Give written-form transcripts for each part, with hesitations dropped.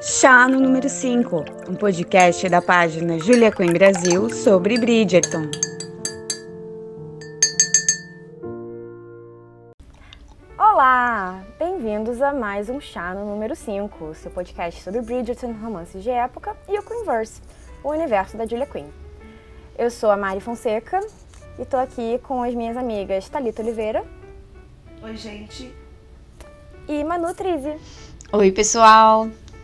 Chá no número 5, um podcast da página Julia Quinn Brasil sobre Bridgerton. Olá! Bem-vindos a mais um Chá no número 5, seu podcast sobre Bridgerton, romances de época e o Queenverse, o universo da Julia Quinn. Eu sou a Mari Fonseca e tô aqui com as minhas amigas Thalita Oliveira. Oi, gente. E Manu Trizi. Oi, pessoal.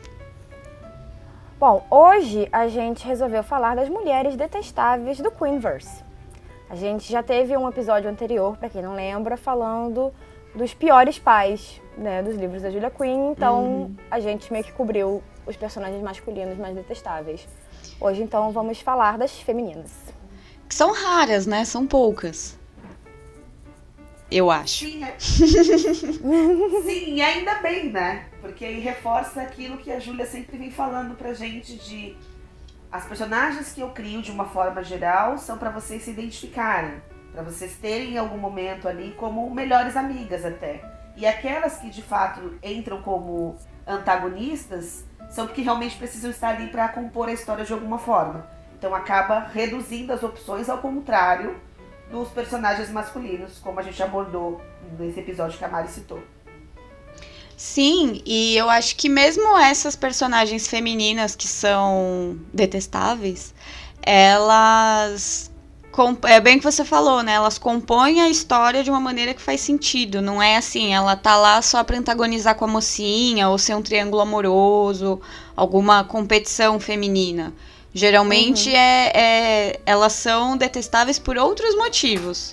Bom, hoje a gente resolveu falar das mulheres detestáveis do Queenverse. A gente já teve um episódio anterior, pra quem não lembra, falando dos piores pais, né, dos livros da Julia Quinn. Então, a gente meio que cobriu os personagens masculinos mais detestáveis. Hoje, então, vamos falar das femininas. Que são raras, né? São poucas. Eu acho. Sim, Sim, e ainda bem, né? Porque aí reforça aquilo que a Júlia sempre vem falando pra gente de... As personagens que eu crio de uma forma geral são pra vocês se identificarem. Pra vocês terem em algum momento ali como melhores amigas até. E aquelas que de fato entram como antagonistas são porque realmente precisam estar ali pra compor a história de alguma forma. Então acaba reduzindo as opções ao contrário dos personagens masculinos, como a gente abordou nesse episódio que a Mari citou. Sim, e eu acho que mesmo essas personagens femininas que são detestáveis, elas... É bem o que você falou, né? Elas compõem a história de uma maneira que faz sentido. Não é assim, ela tá lá só pra antagonizar com a mocinha, ou ser um triângulo amoroso, alguma competição feminina. Geralmente elas são detestáveis por outros motivos.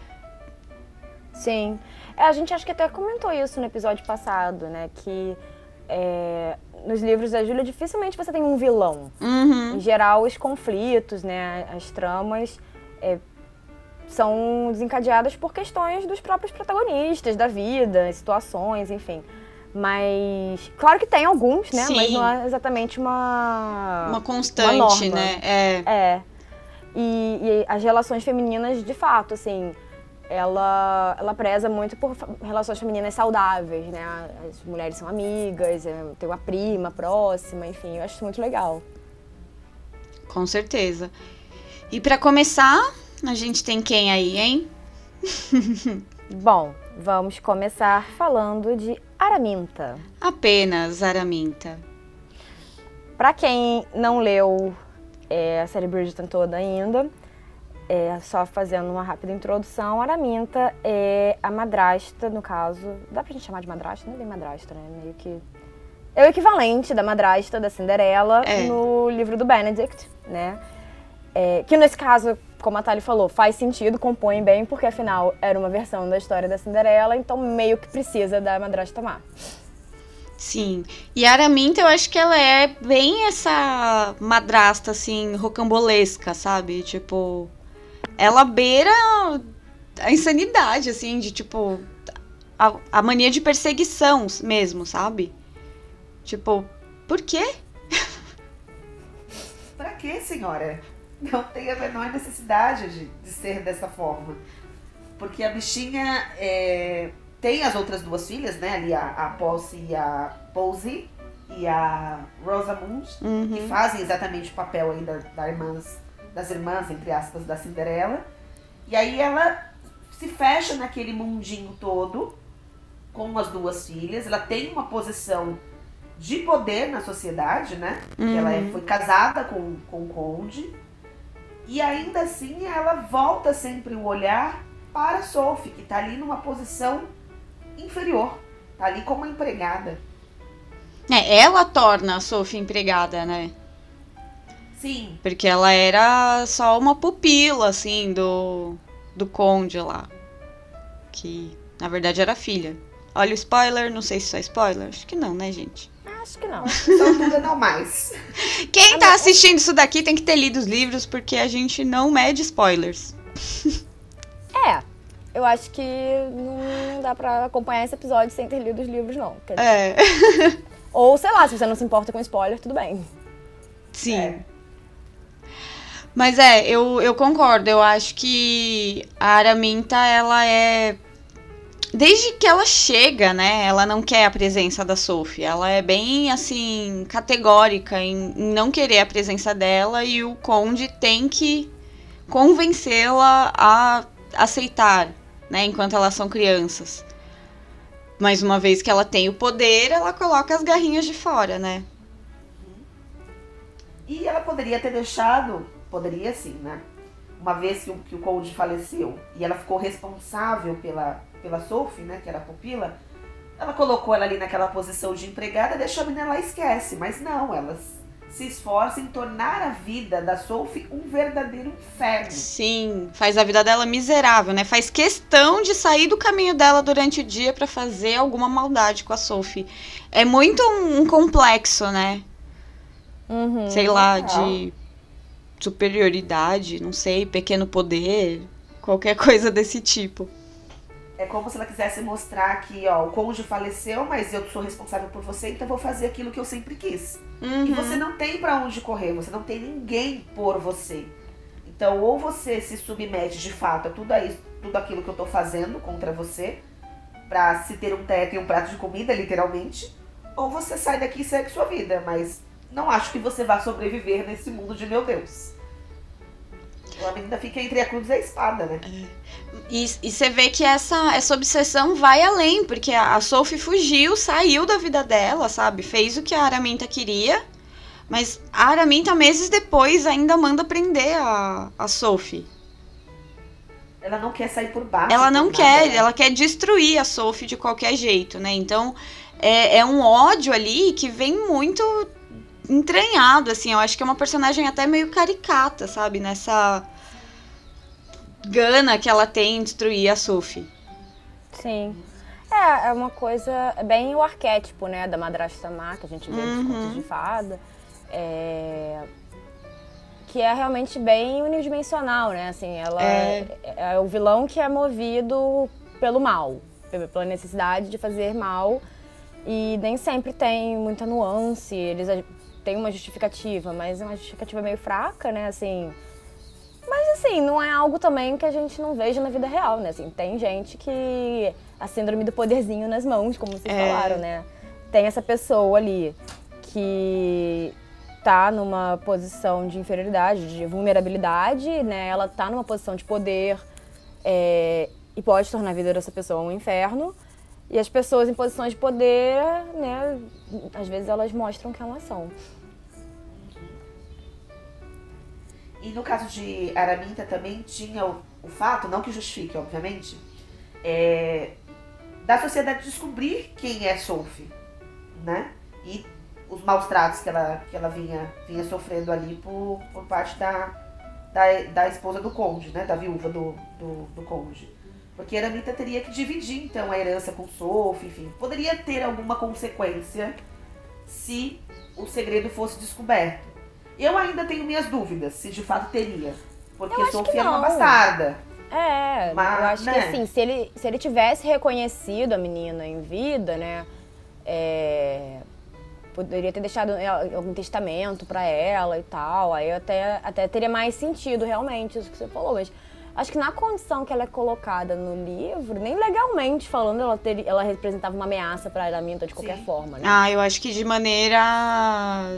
Sim. A gente acho que até comentou isso no episódio passado, né? Que nos livros da Júlia dificilmente você tem um vilão. Em geral, os conflitos, né? As tramas são desencadeadas por questões dos próprios protagonistas, da vida, situações, enfim. Mas, claro que tem alguns, né? Sim. Mas não é exatamente uma constante, uma norma, né? E as relações femininas, de fato, assim, ela preza muito por relações femininas saudáveis, né? As mulheres são amigas, tem uma prima próxima, enfim, eu acho isso muito legal. Com certeza. E pra começar, a gente tem quem aí, hein? Bom, vamos começar falando de Araminta. Apenas Araminta. Pra quem não leu a série Bridgerton toda ainda, só fazendo uma rápida introdução, Araminta é a madrasta, no caso... Dá pra gente chamar de madrasta? Não é bem madrasta, né? Meio que... É o equivalente da madrasta da Cinderela no livro do Benedict, né? Que nesse caso, como a Thali falou, faz sentido, compõe bem, porque afinal era uma versão da história da Cinderela, então meio que precisa da madrasta má. Sim, e a Araminta eu acho que ela é bem essa madrasta, assim, rocambolesca, sabe? Tipo, ela beira a insanidade, assim, de tipo, a mania de perseguição mesmo, sabe? Tipo, por quê? Pra quê, senhora? Não tem a menor necessidade de ser dessa forma. Porque a bichinha tem as outras duas filhas, né? Ali a Posey e a Posey e a Rosamund, que fazem exatamente o papel aí das irmãs, entre aspas, da Cinderela. E aí ela se fecha naquele mundinho todo com as duas filhas. Ela tem uma posição de poder na sociedade, né? Ela foi casada com o conde. E ainda assim ela volta sempre o olhar para a Sophie, que tá ali numa posição inferior. Tá ali como empregada. Ela torna a Sophie empregada, né? Sim. Porque ela era só uma pupila, assim, do conde lá. Que, na verdade, era filha. Olha o spoiler, não sei se é spoiler. Acho que não, né, gente? Acho que não. Essa altura não mais. Quem tá assistindo isso daqui tem que ter lido os livros, porque a gente não mede spoilers. Eu acho que não dá pra acompanhar esse episódio sem ter lido os livros, não. Ou, sei lá, se você não se importa com spoiler, tudo bem. Sim. Mas eu concordo. Eu acho que a Araminta, ela é desde que ela chega, né, ela não quer a presença da Sophie. Ela é bem, assim, categórica em não querer a presença dela e o Conde tem que convencê-la a aceitar, né, enquanto elas são crianças. Mas uma vez que ela tem o poder, ela coloca as garrinhas de fora, né? E ela poderia ter deixado, poderia sim, né? Uma vez que o Conde faleceu e ela ficou responsável pela Sophie, né, que era a pupila, ela colocou ela ali naquela posição de empregada, deixou a menina lá e esquece. Mas não, elas se esforçam em tornar a vida da Sophie um verdadeiro inferno. Sim, faz a vida dela miserável, né? Faz questão de sair do caminho dela durante o dia pra fazer alguma maldade com a Sophie. É muito um complexo, né? Sei lá, de superioridade, não sei, pequeno poder, qualquer coisa desse tipo. É como se ela quisesse mostrar que, ó, o cônjuge faleceu, mas eu sou responsável por você, então eu vou fazer aquilo que eu sempre quis. E você não tem pra onde correr, você não tem ninguém por você. Então, ou você se submete de fato a tudo aquilo que eu tô fazendo contra você, pra se ter um teto e um prato de comida, literalmente, ou você sai daqui e segue sua vida, mas não acho que você vá sobreviver nesse mundo de meu Deus. A menina fica entre a cruz e a espada, né? E você vê que essa obsessão vai além, porque a Sophie fugiu, saiu da vida dela, sabe? Fez o que a Araminta queria, mas a Araminta, meses depois, ainda manda prender a Sophie. Ela não quer sair por baixo. Ela não por quer, nada, né? ela quer destruir a Sophie de qualquer jeito, né? Então, é um ódio ali que vem muito entranhado, assim. Eu acho que é uma personagem até meio caricata, sabe? Nessa gana que ela tem em destruir a Sophie. Sim. É uma coisa, é bem o arquétipo, né, da madrasta má, que a gente vê nos contos de fada. Que é realmente bem unidimensional, né? Assim, ela é o vilão que é movido pelo mal, pela necessidade de fazer mal. E nem sempre tem muita nuance, eles têm uma justificativa, mas é uma justificativa meio fraca, né? Assim, mas assim, não é algo também que a gente não veja na vida real, né? Assim, tem gente que a síndrome do poderzinho nas mãos, como vocês falaram, né? Tem essa pessoa ali que tá numa posição de inferioridade, de vulnerabilidade, né? Ela tá numa posição de poder e pode tornar a vida dessa pessoa um inferno. E as pessoas em posições de poder, né? Às vezes elas mostram que elas são. E no caso de Araminta também tinha o fato, não que justifique, obviamente, da sociedade descobrir quem é Sophie, né? E os maus tratos que ela vinha sofrendo ali por parte da esposa do Conde, né? Da viúva do Conde. Porque Araminta teria que dividir, então, a herança com Sophie, enfim. Poderia ter alguma consequência se o segredo fosse descoberto. Eu ainda tenho minhas dúvidas se de fato teria. Porque Sophie era uma bastarda. Mas, eu acho que assim, se ele tivesse reconhecido a menina em vida, né? Poderia ter deixado algum testamento pra ela e tal. Aí até teria mais sentido realmente isso que você falou. Mas acho que na condição que ela é colocada no livro, nem legalmente falando, ela representava uma ameaça pra Araminta de qualquer forma, né? Eu acho que de maneira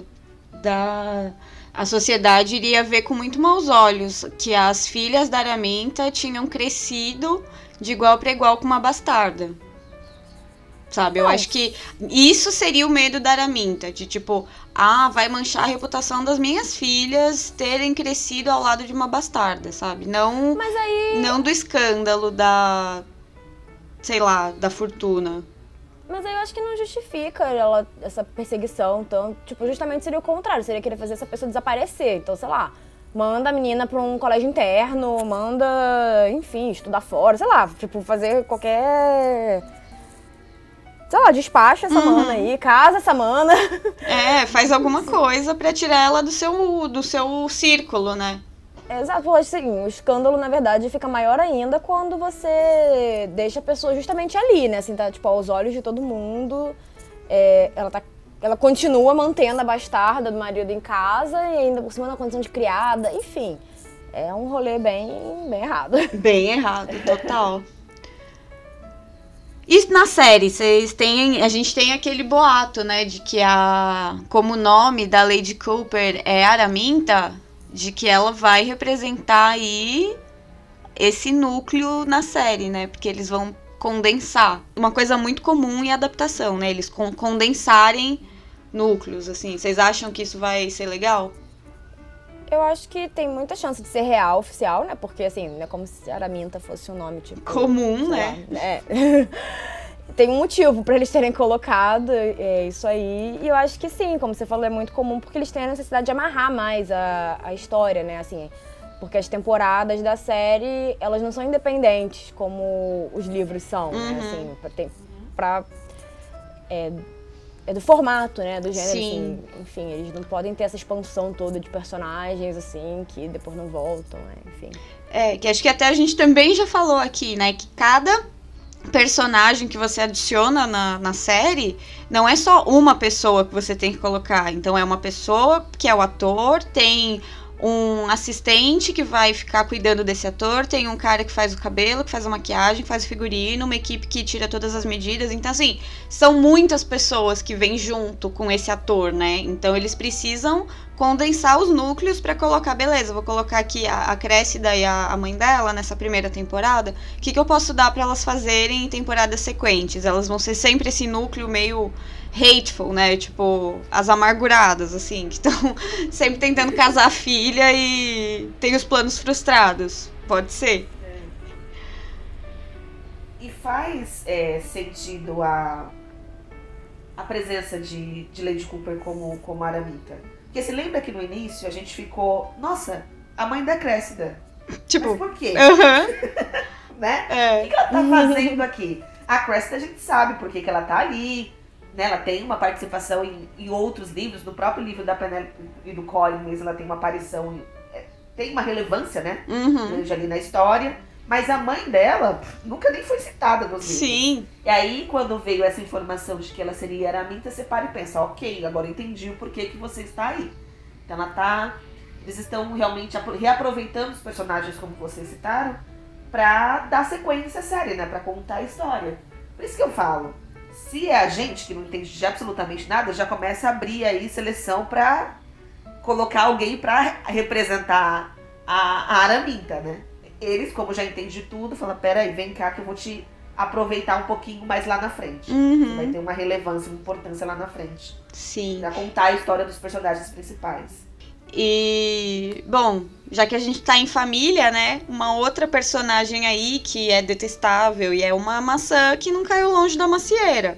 a sociedade iria ver com muito maus olhos que as filhas da Araminta tinham crescido de igual para igual com uma bastarda. Sabe? Eu acho que isso seria o medo da Araminta, de tipo, vai manchar a reputação das minhas filhas terem crescido ao lado de uma bastarda, sabe? Não, não do escândalo sei lá, da fortuna. Mas aí eu acho que não justifica essa perseguição, então, tipo, justamente seria o contrário, seria querer fazer essa pessoa desaparecer. Então, sei lá, manda a menina pra um colégio interno, manda, enfim, estudar fora, sei lá, tipo, fazer qualquer... Sei lá, despacha essa mana aí, casa essa mana. Faz alguma coisa pra tirar ela do seu círculo, né? Exato, assim, o escândalo, na verdade, fica maior ainda quando você deixa a pessoa justamente ali, né? Assim, tá, tipo, aos olhos de todo mundo. Ela continua mantendo a bastarda do marido em casa e ainda por cima na condição de criada, enfim. É um rolê bem errado. Bem errado, total. E na série, a gente tem aquele boato, né, de que como o nome da Lady Cooper é Araminta, de que ela vai representar aí esse núcleo na série, né, porque eles vão condensar. Uma coisa muito comum em adaptação, né, eles condensarem núcleos, assim. Vocês acham que isso vai ser legal? Eu acho que tem muita chance de ser real, oficial, né? Porque, assim, não é como se Araminta fosse um nome, tipo... comum, né? Tem um motivo pra eles terem colocado isso aí. E eu acho que sim, como você falou, é muito comum, porque eles têm a necessidade de amarrar mais a história, né? Assim, porque as temporadas da série, elas não são independentes como os livros são, né? Assim, é do formato, né, do gênero, Sim. assim, enfim, eles não podem ter essa expansão toda de personagens, assim, que depois não voltam, né, enfim. Que acho que até a gente também já falou aqui, né, que cada personagem que você adiciona na série não é só uma pessoa que você tem que colocar, então é uma pessoa que é o ator, tem um assistente que vai ficar cuidando desse ator, tem um cara que faz o cabelo, que faz a maquiagem, que faz o figurino, uma equipe que tira todas as medidas. Então, assim, são muitas pessoas que vêm junto com esse ator, né? Então, eles precisam condensar os núcleos pra colocar, beleza, vou colocar aqui a Cressida e a mãe dela nessa primeira temporada. O que eu posso dar pra elas fazerem em temporadas sequentes? Elas vão ser sempre esse núcleo meio hateful, né? Tipo, as amarguradas, assim, que estão sempre tentando casar a filha e tem os planos frustrados. Pode ser. E faz sentido a presença de Lady Cooper como Araminta. Porque você lembra que no início a gente ficou, nossa, a mãe da Cressida. Tipo, mas por quê? Né? O que ela tá fazendo aqui? A Cressida a gente sabe por que ela tá ali. Né, ela tem uma participação em outros livros, no próprio livro da Penélope e do Colin mesmo, ela tem uma aparição, tem uma relevância, né, grande ali na história, mas a mãe dela nunca nem foi citada nos livros. Sim. E aí, quando veio essa informação de que ela seria Araminta, você para e pensa, ok, agora entendi o porquê que você está aí. Então eles estão realmente reaproveitando os personagens, como vocês citaram, pra dar sequência à série, né, pra contar a história. Por isso que eu falo, se é a gente que não entende de absolutamente nada, já começa a abrir aí seleção pra colocar alguém pra representar a Araminta, né? Eles, como já entendem de tudo, falam, peraí, vem cá que eu vou te aproveitar um pouquinho mais lá na frente. Você vai ter uma relevância, uma importância lá na frente. Sim. Pra contar a história dos personagens principais. E, bom, já que a gente tá em família, né, uma outra personagem aí que é detestável e é uma maçã que não caiu longe da macieira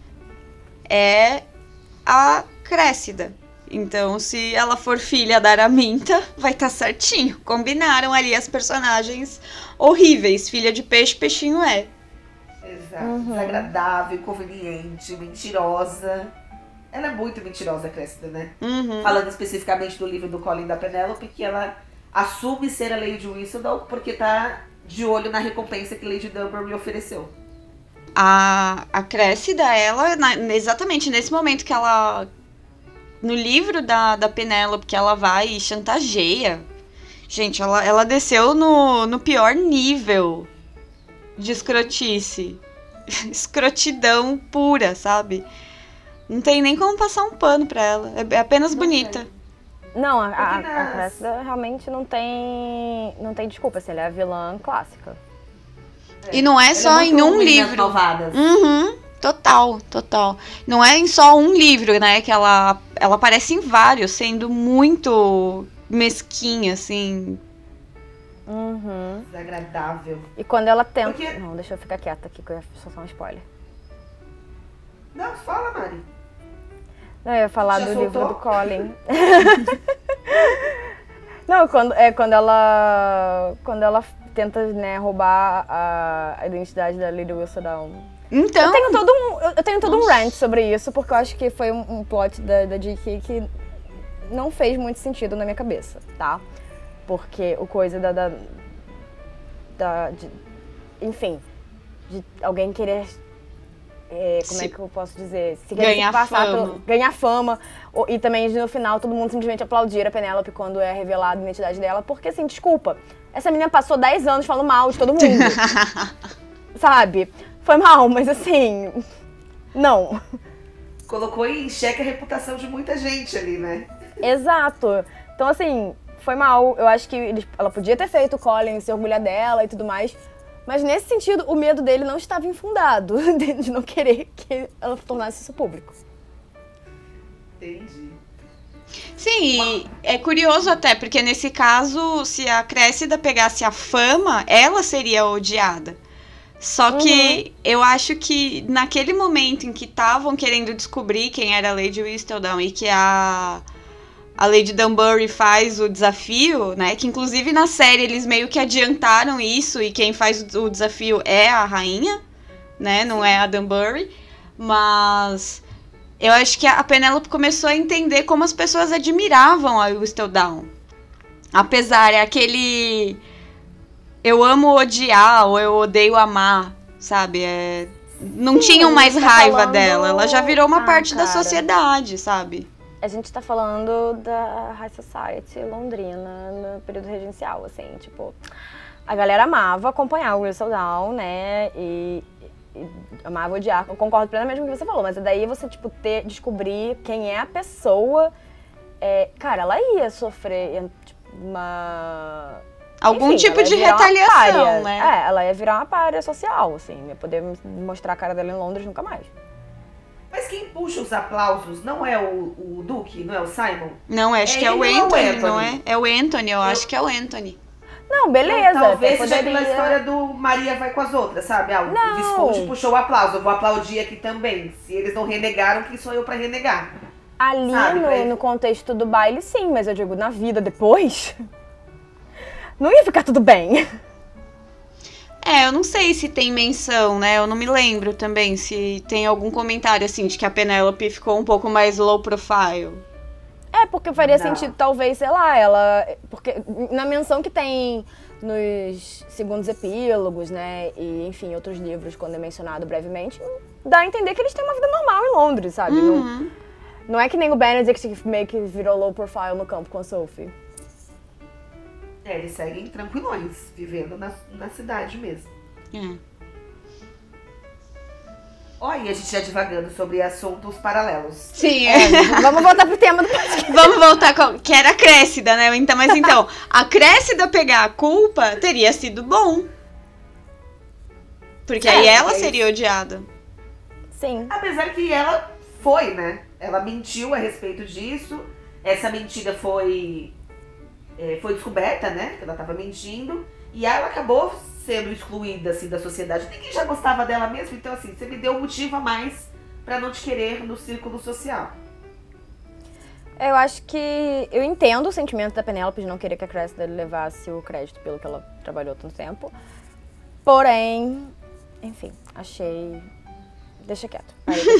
é a Cressida. Então, se ela for filha da Araminta, vai estar certinho. Combinaram ali as personagens horríveis. Filha de peixe, peixinho é. Exato. Desagradável, inconveniente, mentirosa. Ela é muito mentirosa, a Cressida, né? Falando especificamente do livro do Colin da Penélope, que ela assume ser a Lady Whistledown porque tá de olho na recompensa que Lady Dunbury ofereceu. A Cressida, ela, exatamente nesse momento que ela... No livro da Penélope, que ela vai e chantageia. Gente, ela desceu no pior nível de escrotice. Escrotidão pura, sabe? Não tem nem como passar um pano pra ela. É apenas bonita. Não, a Cressida realmente não tem desculpa, assim, ela é a vilã clássica. E não é só em um livro. Malvadas. Total. Não é em só um livro, né, que ela aparece em vários, sendo muito mesquinha, assim. Desagradável. E quando ela tenta... Porque... Não, deixa eu ficar quieta aqui, que eu ia soltar um spoiler. Não, fala, Mari. Não, eu ia falar Já do soltou? livro do Colin. Não, quando ela tenta, né, roubar a identidade da Lady Whistledown. Então... Eu tenho todo um rant sobre isso, porque eu acho que foi um plot da J.K. que não fez muito sentido na minha cabeça, tá? Porque o coisa enfim, de alguém querer... como é que eu posso dizer? Se ganhar fama. Ganhar fama. E também, no final, todo mundo simplesmente aplaudir a Penélope quando é revelada a identidade dela. Porque, assim, desculpa, essa menina passou 10 anos falando mal de todo mundo. Sabe? Foi mal, mas assim, não. Colocou em xeque a reputação de muita gente ali, né? Exato. Então, assim, foi mal. Eu acho que ela podia ter feito o Colin se orgulhar dela e tudo mais. Mas nesse sentido, o medo dele não estava infundado, de não querer que ela tornasse isso público. Entendi. Sim, e é curioso até, porque nesse caso, se a Cressida pegasse a fama, ela seria odiada. Só que eu acho que naquele momento em que estavam querendo descobrir quem era a Lady Whistledown e que a Lady Dunbury faz o desafio, né? Que inclusive na série eles meio que adiantaram isso e quem faz o desafio é a rainha, né? Não é a Dunbury. Mas eu acho que a Penélope começou a entender como as pessoas admiravam a Whistledown. Apesar, é aquele... Eu amo odiar ou eu odeio amar, sabe? Não tinham mais raiva dela. Ela já virou uma parte da sociedade, sabe? A gente tá falando da High Society londrina no período regencial, assim, tipo... A galera amava acompanhar o Whistledown, né? E amava odiar. Eu concordo plenamente com o que você falou, mas daí você, tipo, descobrir quem é a pessoa... cara, ela ia sofrer uma... Algum tipo de retaliação, né? Ela ia virar uma pária social, assim. Ia poder mostrar a cara dela em Londres nunca mais. Mas quem puxa os aplausos não é o Duque, não é o Simon? Não, acho que é o Anthony, não é? É o Anthony, eu acho que é o Anthony. Não, beleza. Então, talvez seja pela história do Maria vai com as outras, sabe? O Visconde puxou o aplauso, eu vou aplaudir aqui também. Se eles não renegaram, quem sou eu pra renegar? Ali no contexto do baile, sim, mas eu digo, na vida depois... Não ia ficar tudo bem. Eu não sei se tem menção, né? Eu não me lembro também se tem algum comentário, assim, de que a Penélope ficou um pouco mais low profile. Porque faria sentido, talvez, sei lá, ela... Porque na menção que tem nos segundos epílogos, né? E, enfim, outros livros, quando é mencionado brevemente, dá a entender que eles têm uma vida normal em Londres, sabe? Não é que nem o Benedict que meio que virou low profile no campo com a Sophie. Eles seguem tranquilões, vivendo na cidade mesmo. Olha, a gente já divagando sobre assuntos paralelos. Sim, vamos voltar pro tema do podcast. Vamos voltar, que era a Cressida, né? Mas então, a Cressida pegar a culpa teria sido bom. Porque aí ela seria odiada. Sim. Apesar que ela foi, né? Ela mentiu a respeito disso. Essa mentira foi descoberta, né? Que ela tava mentindo. E ela acabou sendo excluída, assim, da sociedade. Ninguém já gostava dela mesmo. Então, assim, você me deu um motivo a mais pra não te querer no círculo social. Eu acho que... Eu entendo o sentimento da Penélope de não querer que a Cressida levasse o crédito pelo que ela trabalhou tanto tempo. Porém... Enfim, achei... Deixa quieto.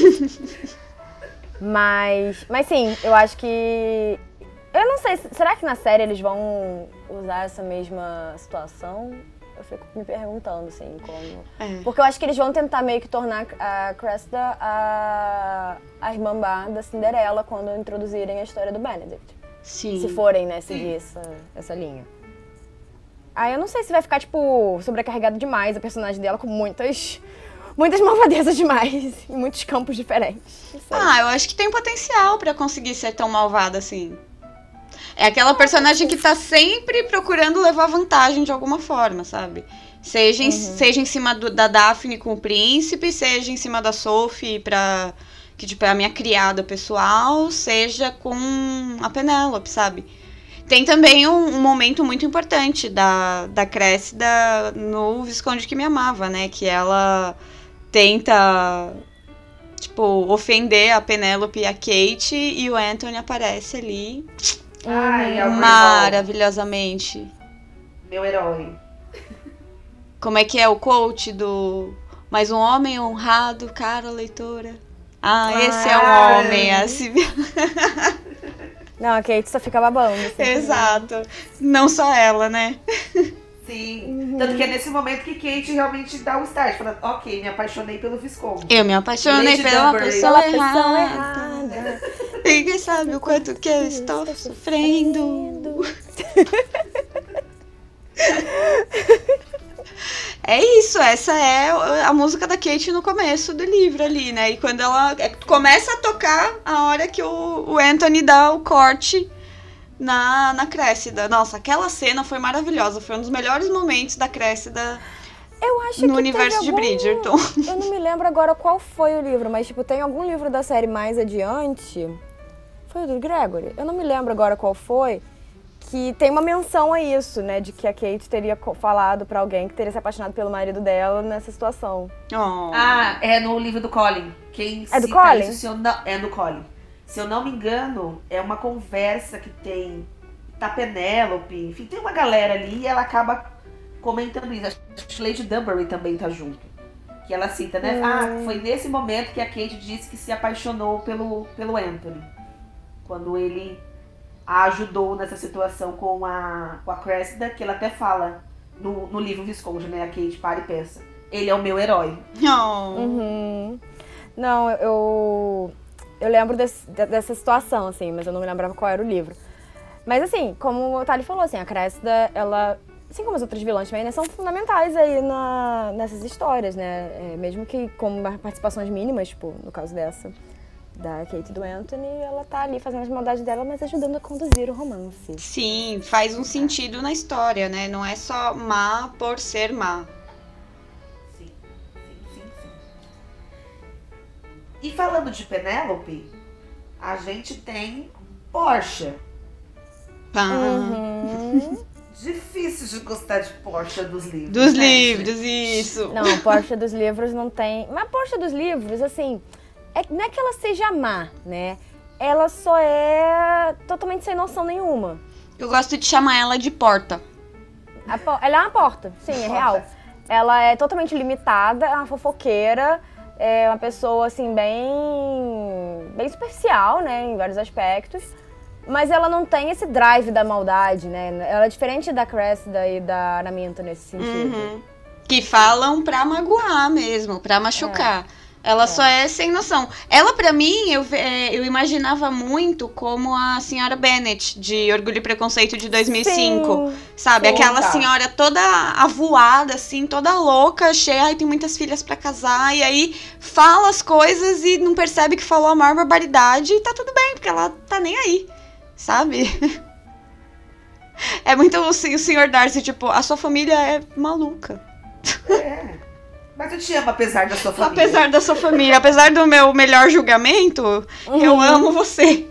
Mas sim, eu acho que... Eu não sei, será que na série eles vão usar essa mesma situação? Eu fico me perguntando, assim, como... Porque eu acho que eles vão tentar meio que tornar a Cressida a irmã má da Cinderela quando introduzirem a história do Benedict. Sim. Se forem, né, seguir essa linha. Aí eu não sei se vai ficar, tipo, sobrecarregado demais a personagem dela com muitas malvadezas demais, em muitos campos diferentes. Eu acho que tem potencial pra conseguir ser tão malvada assim. É aquela personagem que tá sempre procurando levar vantagem de alguma forma, sabe? Seja em cima da Daphne com o príncipe, seja em cima da Sophie que tipo, é a minha criada pessoal, seja com a Penélope, sabe? Tem também um momento muito importante da Cressida no Visconde que Me Amava, né? Que ela tenta, tipo, ofender a Penélope e a Kate e o Anthony aparece ali... maravilhosamente. Meu herói. Como é que é o quote do... Mas um homem honrado, cara leitora. Esse é um homem, assim. Não, a Kate só fica babando. Assim, exato. Não só ela, né? Sim. Tanto que é nesse momento que Kate realmente dá um start. Falando, ok, me apaixonei pelo Visconde. Eu me apaixonei pela pessoa errada. Ninguém sabe o quanto que eu estou sofrendo. É isso, essa é a música da Kate no começo do livro ali, né? E quando ela começa a tocar, a hora que o Anthony dá o corte na Cressida. Nossa, aquela cena foi maravilhosa. Foi um dos melhores momentos da Cressida Eu acho no que universo de teve Bridgerton. Eu não me lembro agora qual foi o livro, mas tipo, tem algum livro da série mais adiante. Foi o do Gregory? Eu não me lembro agora qual foi. Que tem uma menção a isso, né? De que a Kate teria falado pra alguém que teria se apaixonado pelo marido dela nessa situação. Oh. Ah, é no livro do Colin. Quem É do cita Colin? isso, é do Colin. Se eu não me engano, é uma conversa que tem da Penélope, enfim, tem uma galera ali e ela acaba comentando isso. Acho que Lady Dunbury também tá junto. Que ela cita, né? Ah, foi nesse momento que a Kate disse que se apaixonou pelo Anthony. Quando ele a ajudou nessa situação com a Cressida, que ela até fala no livro Visconde, né? A Kate para e pensa, ele é o meu herói. Uhum. Não, eu lembro dessa situação, assim, mas eu não me lembrava qual era o livro. Mas assim, como o Thali falou, assim, a Cressida, ela, assim como as outras vilãs também, né, são fundamentais aí nessas histórias, né? Mesmo que com participações mínimas, tipo, no caso dessa, da Kate e do Anthony, ela tá ali fazendo as maldades dela, mas ajudando a conduzir o romance. Sim, faz um sentido na história, né? Não é só má por ser má. Sim. E falando de Penélope, a gente tem Portia. Difícil de gostar de Portia dos livros. Dos né, livros, gente? isso. Não, Portia dos livros não tem... Mas Portia dos livros, assim, não é que ela seja má, né? Ela só é totalmente sem noção nenhuma. Eu gosto de chamar ela de Porta. Ela é uma porta, sim, é real. Ela é totalmente limitada, é uma fofoqueira, é uma pessoa, assim, bem superficial, né, em vários aspectos. Mas ela não tem esse drive da maldade, né? Ela é diferente da Cressida e da Araminta nesse sentido. Uhum. Que falam pra magoar mesmo, pra machucar. Ela só é sem noção. Ela, pra mim, eu imaginava muito como a senhora Bennet, de Orgulho e Preconceito de 2005. Sim. Sabe? Sim, Aquela tá. senhora toda avoada, assim, toda louca, cheia, ai, tem muitas filhas pra casar. E aí fala as coisas e não percebe que falou a maior barbaridade. E tá tudo bem, porque ela tá nem aí. Sabe? É muito assim, o Sr. Darcy, tipo, a sua família é maluca. É. Mas eu te amo apesar da sua família. Apesar da sua família, apesar do meu melhor julgamento, eu amo você.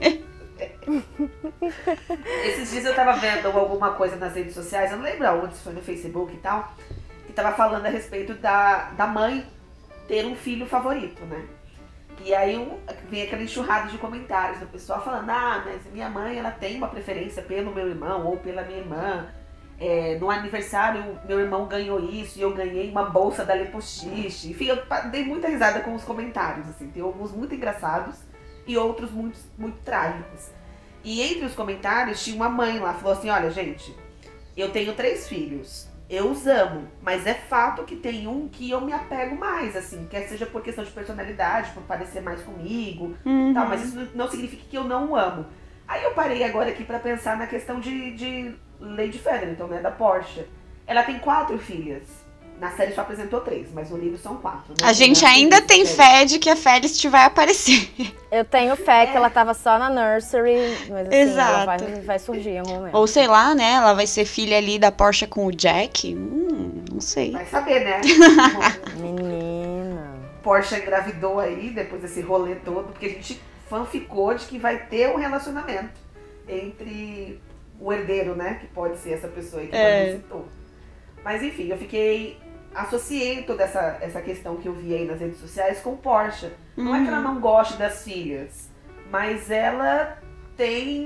Esses dias eu tava vendo alguma coisa nas redes sociais, eu não lembro aonde, se foi no Facebook e tal, que tava falando a respeito da mãe ter um filho favorito, né? E aí vem aquela enxurrada de comentários do pessoal falando, mas minha mãe, ela tem uma preferência pelo meu irmão ou pela minha irmã. No aniversário, meu irmão ganhou isso e eu ganhei uma bolsa da Lepostiche. Enfim, eu dei muita risada com os comentários, assim. Tem alguns muito engraçados e outros muito, muito trágicos. E entre os comentários tinha uma mãe lá, falou assim, olha, gente, eu tenho 3 filhos. Eu os amo, mas é fato que tem um que eu me apego mais, assim, quer seja por questão de personalidade, por parecer mais comigo, tal, mas isso não significa que eu não o amo. Aí eu parei agora aqui pra pensar na questão de Lady Featherton, né, da Portia. Ela tem 4 filhas. Na série só apresentou 3, mas no livro são 4, né? A gente ainda tem fé de que a Felicity vai aparecer. Eu tenho fé que ela tava só na nursery, mas assim, ela Exato. vai surgir em algum momento. Ou sei lá, né? Ela vai ser filha ali da Portia com o Jack. Não sei. Vai saber, né? Menina. Portia engravidou aí, depois desse rolê todo, porque a gente fanficou de que vai ter um relacionamento entre o herdeiro, né? Que pode ser essa pessoa aí que você citou. Mas enfim, associei toda essa questão que eu vi aí nas redes sociais com Portia. Não é que ela não goste das filhas, mas ela tem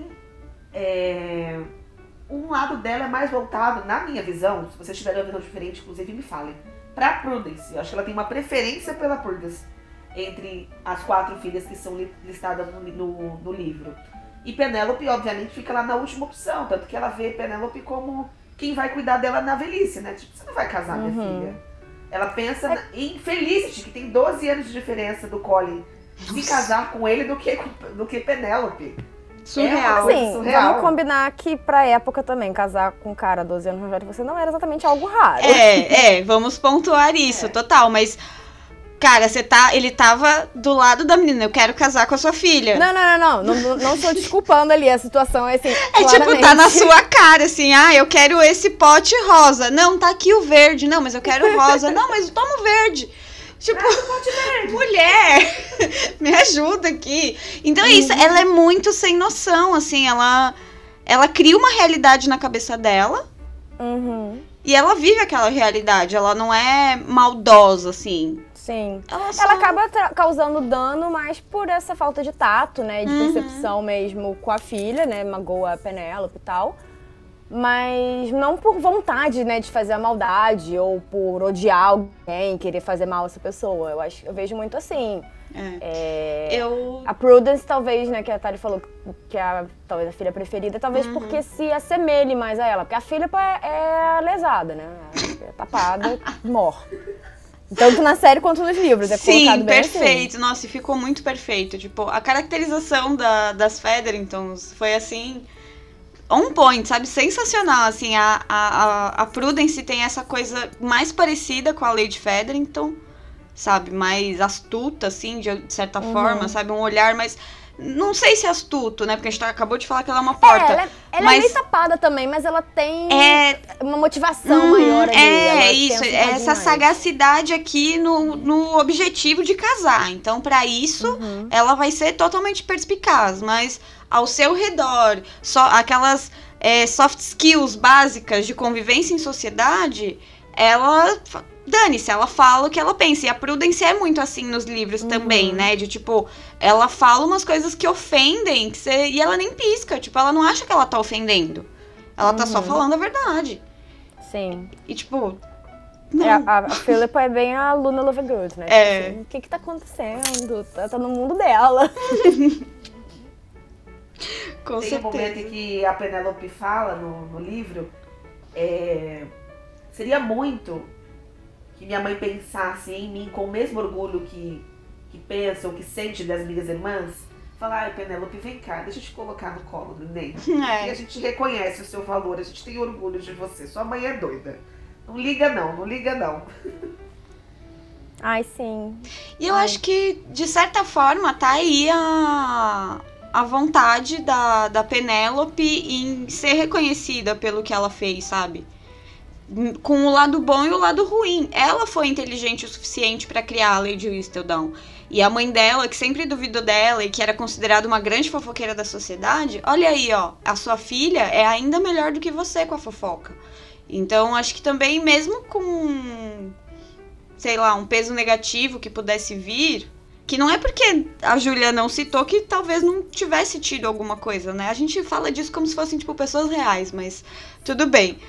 um lado dela mais voltado, na minha visão, se vocês tiverem uma visão diferente, inclusive me falem, pra Prudence. Eu acho que ela tem uma preferência pela Prudence entre as 4 filhas que são listadas no livro. E Penélope, obviamente, fica lá na última opção, tanto que ela vê Penélope como quem vai cuidar dela na velhice, né? Tipo, você não vai casar, minha filha. Ela pensa em Felicity, que tem 12 anos de diferença do Colin, se casar com ele do que Penélope. Surreal. coisa Assim, surreal. vamos combinar que pra época também, casar com um cara 12 anos mais velho que você não era exatamente algo raro. Vamos pontuar isso, total, mas... Cara, ele tava do lado da menina, eu quero casar com a sua filha. Não estou desculpando ali, a situação é assim, Tipo, tá na sua cara, assim, eu quero esse pote rosa. Não, tá aqui o verde. Não, mas eu quero o rosa. Não, mas toma o verde. Tipo, mulher, me ajuda aqui. Então é isso, ela é muito sem noção, assim, ela cria uma realidade na cabeça dela. E ela vive aquela realidade, ela não é maldosa, assim. Sim. Ela acaba causando dano, mas por essa falta de tato, né? De percepção mesmo com a filha, né? Magoa a Penélope e tal. Mas não por vontade, né? De fazer a maldade ou por odiar alguém, querer fazer mal a essa pessoa. Eu vejo muito assim. A Prudence, talvez, né? Que a Thalie falou que é talvez a filha preferida. Talvez porque se assemelhe mais a ela. Porque a filha é lesada, né? É tapada, morre. Tanto na série quanto nos livros, é colocado bem perfeito. Assim. Nossa, e ficou muito perfeito. Tipo, a caracterização das Featheringtons foi, assim, on point, sabe? Sensacional, assim. A Prudence tem essa coisa mais parecida com a Lady Featherington, sabe? Mais astuta, assim, de certa forma, sabe? Um olhar mais... Não sei se é astuto, né? Porque a gente acabou de falar que ela é uma porta. Ela é meio tapada também, mas ela tem uma motivação maior ali. Essa sagacidade aqui no objetivo de casar. Então, pra isso, ela vai ser totalmente perspicaz. Mas ao seu redor, só aquelas soft skills básicas de convivência em sociedade, ela... Dane-se, ela fala o que ela pensa. E a Prudence é muito assim nos livros também, né? De tipo, ela fala umas coisas que ofendem e ela nem pisca. Tipo, ela não acha que ela tá ofendendo. Ela tá só falando a verdade. Sim. E tipo... Não. A Philippa é bem a Luna Lovegood, né? Assim, o que tá acontecendo? Tá no mundo dela. Com Tem certeza. um momento em que a Penélope fala no livro, seria muito que minha mãe pensasse em mim com o mesmo orgulho que pensa ou que sente das minhas irmãs. Falar, ai, Penélope, vem cá, deixa eu te colocar no colo do neném. E a gente reconhece o seu valor, a gente tem orgulho de você. Sua mãe é doida. Não liga não. Ai, sim. E eu acho que, de certa forma, tá aí a vontade da Penélope em ser reconhecida pelo que ela fez, sabe? Com o lado bom e o lado ruim. Ela foi inteligente o suficiente pra criar a Lady Whistledown. E a mãe dela, que sempre duvidou dela e que era considerada uma grande fofoqueira da sociedade, olha aí, ó, a sua filha é ainda melhor do que você com a fofoca. Então, acho que também, mesmo com, sei lá, um peso negativo que pudesse vir, que não é porque a Júlia não citou que talvez não tivesse tido alguma coisa, né? A gente fala disso como se fossem, tipo, pessoas reais, mas tudo bem.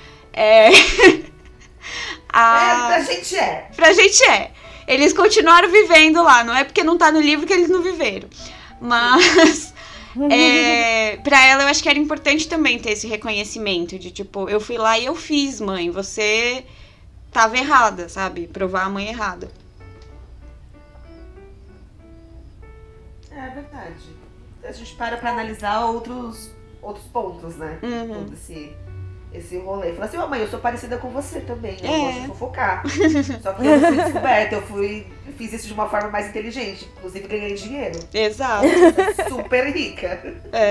Pra gente é. Pra gente é. Eles continuaram vivendo lá, não é porque não tá no livro que eles não viveram. Mas, pra ela eu acho que era importante também ter esse reconhecimento de tipo, eu fui lá e eu fiz, mãe, você tava errada, sabe? Provar a mãe errada. É verdade. A gente para pra analisar outros pontos, né? Todo esse rolê. Fala assim, mãe, eu sou parecida com você também. Eu gosto de fofocar. Só que eu não fui descoberta, eu fiz isso de uma forma mais inteligente. Inclusive, ganhei dinheiro. Exato. Super rica.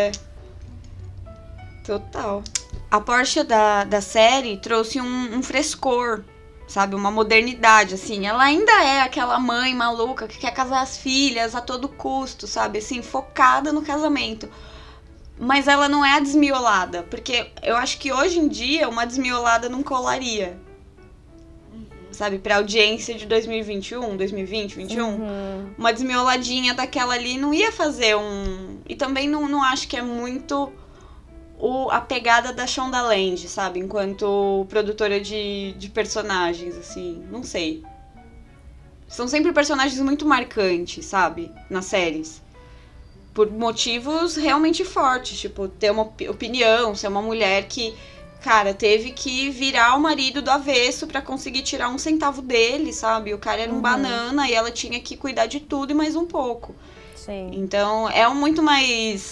Total. A Portia da série trouxe um frescor, sabe? Uma modernidade, assim. Ela ainda é aquela mãe maluca que quer casar as filhas a todo custo, sabe? Assim, focada no casamento. Mas ela não é a desmiolada, porque eu acho que hoje em dia uma desmiolada não colaria. Sabe, pra audiência de 2021, 2020, 2021. Uma desmioladinha daquela ali não ia fazer E também não acho que é muito a pegada da Shonda Land, sabe? Enquanto produtora de personagens, assim, não sei. São sempre personagens muito marcantes, sabe? Nas séries. Por motivos realmente fortes, tipo, ter uma opinião, ser uma mulher que, cara, teve que virar o marido do avesso pra conseguir tirar 1 centavo dele, sabe? O cara era um banana e ela tinha que cuidar de tudo e mais um pouco. Sim. Então, é muito mais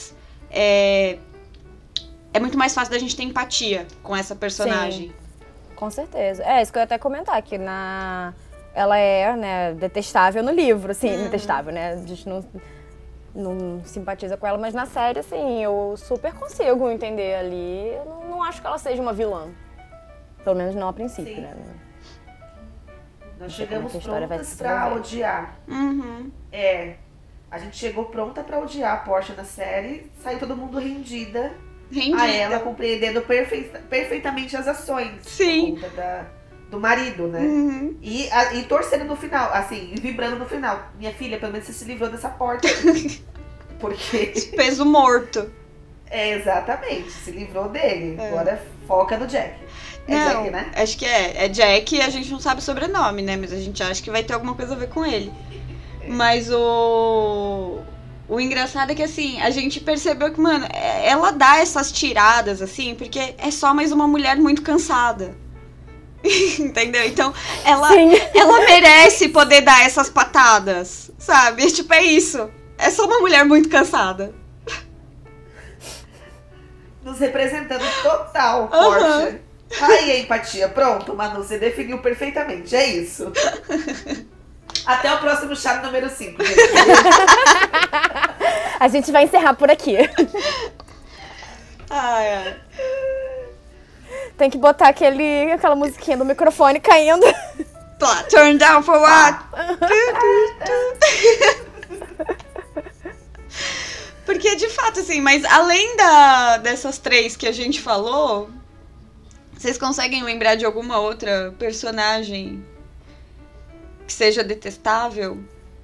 é muito mais fácil da gente ter empatia com essa personagem. Sim, com certeza. É, isso que eu ia até comentar, que ela é, né, detestável no livro, assim, detestável, né? A gente não simpatiza com ela, mas na série, assim, eu super consigo entender ali. Eu não acho que ela seja uma vilã. Pelo menos não a princípio, Sim. né? Nós sei como chegamos que a história vai prontas se pra desenvolver. odiar. Uhum. A gente chegou pronta pra odiar a Portia na série, saiu todo mundo rendida Rendida. a ela, compreendendo perfeitamente as ações. Sim. Por conta do marido, né? Uhum. E torcendo no final, assim, e vibrando no final. Minha filha, pelo menos você se livrou dessa porta. Porque... Peso morto. exatamente, se livrou dele. Agora foca no Jack. Não, Jack, né? acho que é Jack e a gente não sabe o sobrenome, né? Mas a gente acha que vai ter alguma coisa a ver com ele. Mas o engraçado é que, assim, a gente percebeu que, mano, ela dá essas tiradas, assim, porque é só mais uma mulher muito cansada. Entendeu? Então, ela merece poder dar essas patadas, sabe? Tipo, é isso. É só uma mulher muito cansada. Nos representando total, Portia. Aí a empatia. Pronto, Manu, você definiu perfeitamente. É isso. Até o próximo chá número 5, gente. A gente vai encerrar por aqui. Ai. Tem que botar aquela musiquinha do microfone caindo. Turn down for what? Porque, de fato, assim, mas além dessas 3 que a gente falou, vocês conseguem lembrar de alguma outra personagem que seja detestável?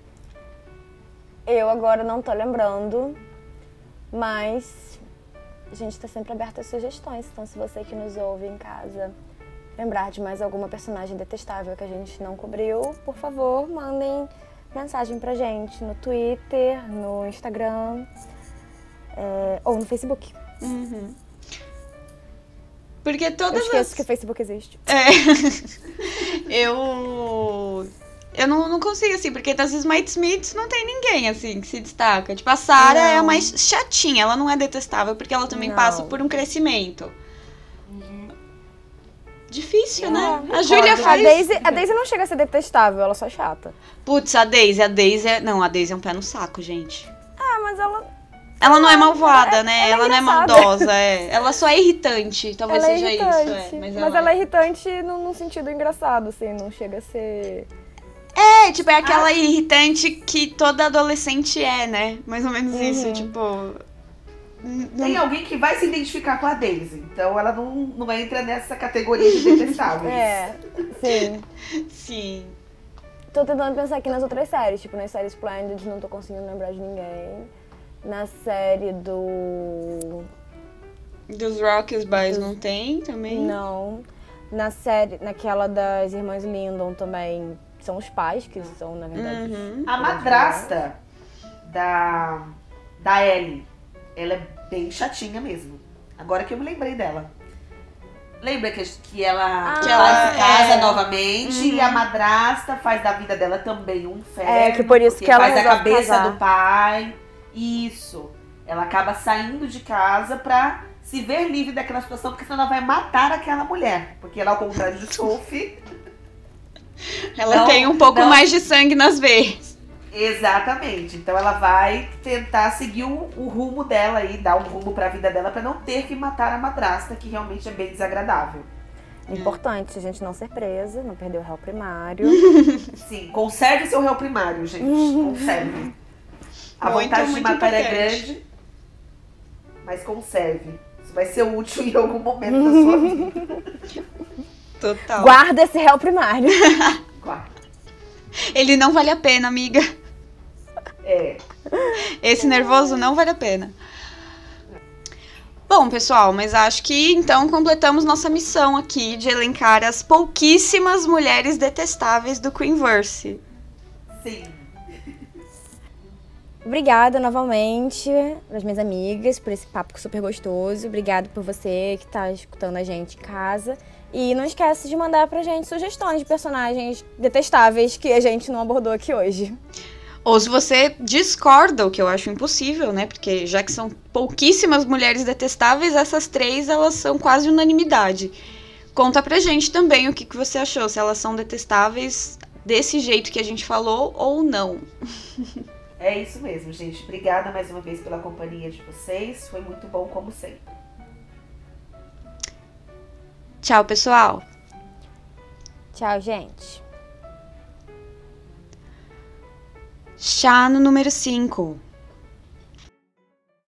Eu agora não tô lembrando, mas a gente tá sempre aberto a sugestões. Então, se você que nos ouve em casa lembrar de mais alguma personagem detestável que a gente não cobriu, por favor, mandem mensagem pra gente no Twitter, no Instagram ou no Facebook. Uhum. Porque Eu todas esqueço que o Facebook existe. Eu não consigo, assim, porque das Smite Smiths não tem ninguém, assim, que se destaca. Tipo, a Sarah é a mais chatinha, ela não é detestável, porque ela também passa por um crescimento. Difícil, né? A Júlia faz... A Daisy não chega a ser detestável, ela só é chata. Putz, a Daisy é... Não, a Daisy é um pé no saco, gente. Mas ela... Ela não é malvada, né? ela é não é engraçada. maldosa, Ela só é irritante, talvez ela seja é irritante, isso. mas ela é irritante num sentido engraçado, assim, não chega a ser... Tipo, é aquela irritante que toda adolescente é, né? Mais ou menos isso, tipo... Tem alguém que vai se identificar com a Daisy, então ela não entra nessa categoria de detestáveis. Sim. Sim. Tô tentando pensar aqui nas outras séries, tipo, nas séries Splendid, não tô conseguindo lembrar de ninguém. Na série Dos Rockets não tem também? Não. Na série, naquela das Irmãs Lyndon também, são os pais, que são, na verdade... A madrasta da Ellie, ela é bem chatinha mesmo. Agora que eu me lembrei dela. Lembra que ela casa novamente e a madrasta faz da vida dela também um inferno. Que por isso que ela faz a cabeça casar. do pai. Isso. Ela acaba saindo de casa pra se ver livre daquela situação, porque senão ela vai matar aquela mulher. Porque ela, ao contrário de Sophie... Ela tem um pouco mais de sangue nas veias. Exatamente. Então ela vai tentar seguir o rumo dela aí, dar um rumo pra vida dela pra não ter que matar a madrasta, que realmente é bem desagradável. Importante a gente não ser presa, não perder o réu primário. Sim, conserve seu réu primário, gente. Conserve. A vontade de matar é grande, mas conserve. Isso vai ser útil em algum momento da sua vida. Total. Guarda esse réu primário. Guarda. Ele não vale a pena, amiga. Esse nervoso não vale a pena. Bom, pessoal, mas acho que então completamos nossa missão aqui de elencar as pouquíssimas mulheres detestáveis do Queenverse. Sim. Obrigada novamente às minhas amigas por esse papo super gostoso. Obrigada por você que está escutando a gente em casa. E não esquece de mandar pra gente sugestões de personagens detestáveis que a gente não abordou aqui hoje. Ou se você discorda, o que eu acho impossível, né? Porque já que são pouquíssimas mulheres detestáveis, essas 3, elas são quase unanimidade. Conta pra gente também o que você achou, se elas são detestáveis desse jeito que a gente falou ou não. É isso mesmo, gente. Obrigada mais uma vez pela companhia de vocês. Foi muito bom, como sempre. Tchau, pessoal. Tchau, gente. Chá no número 5.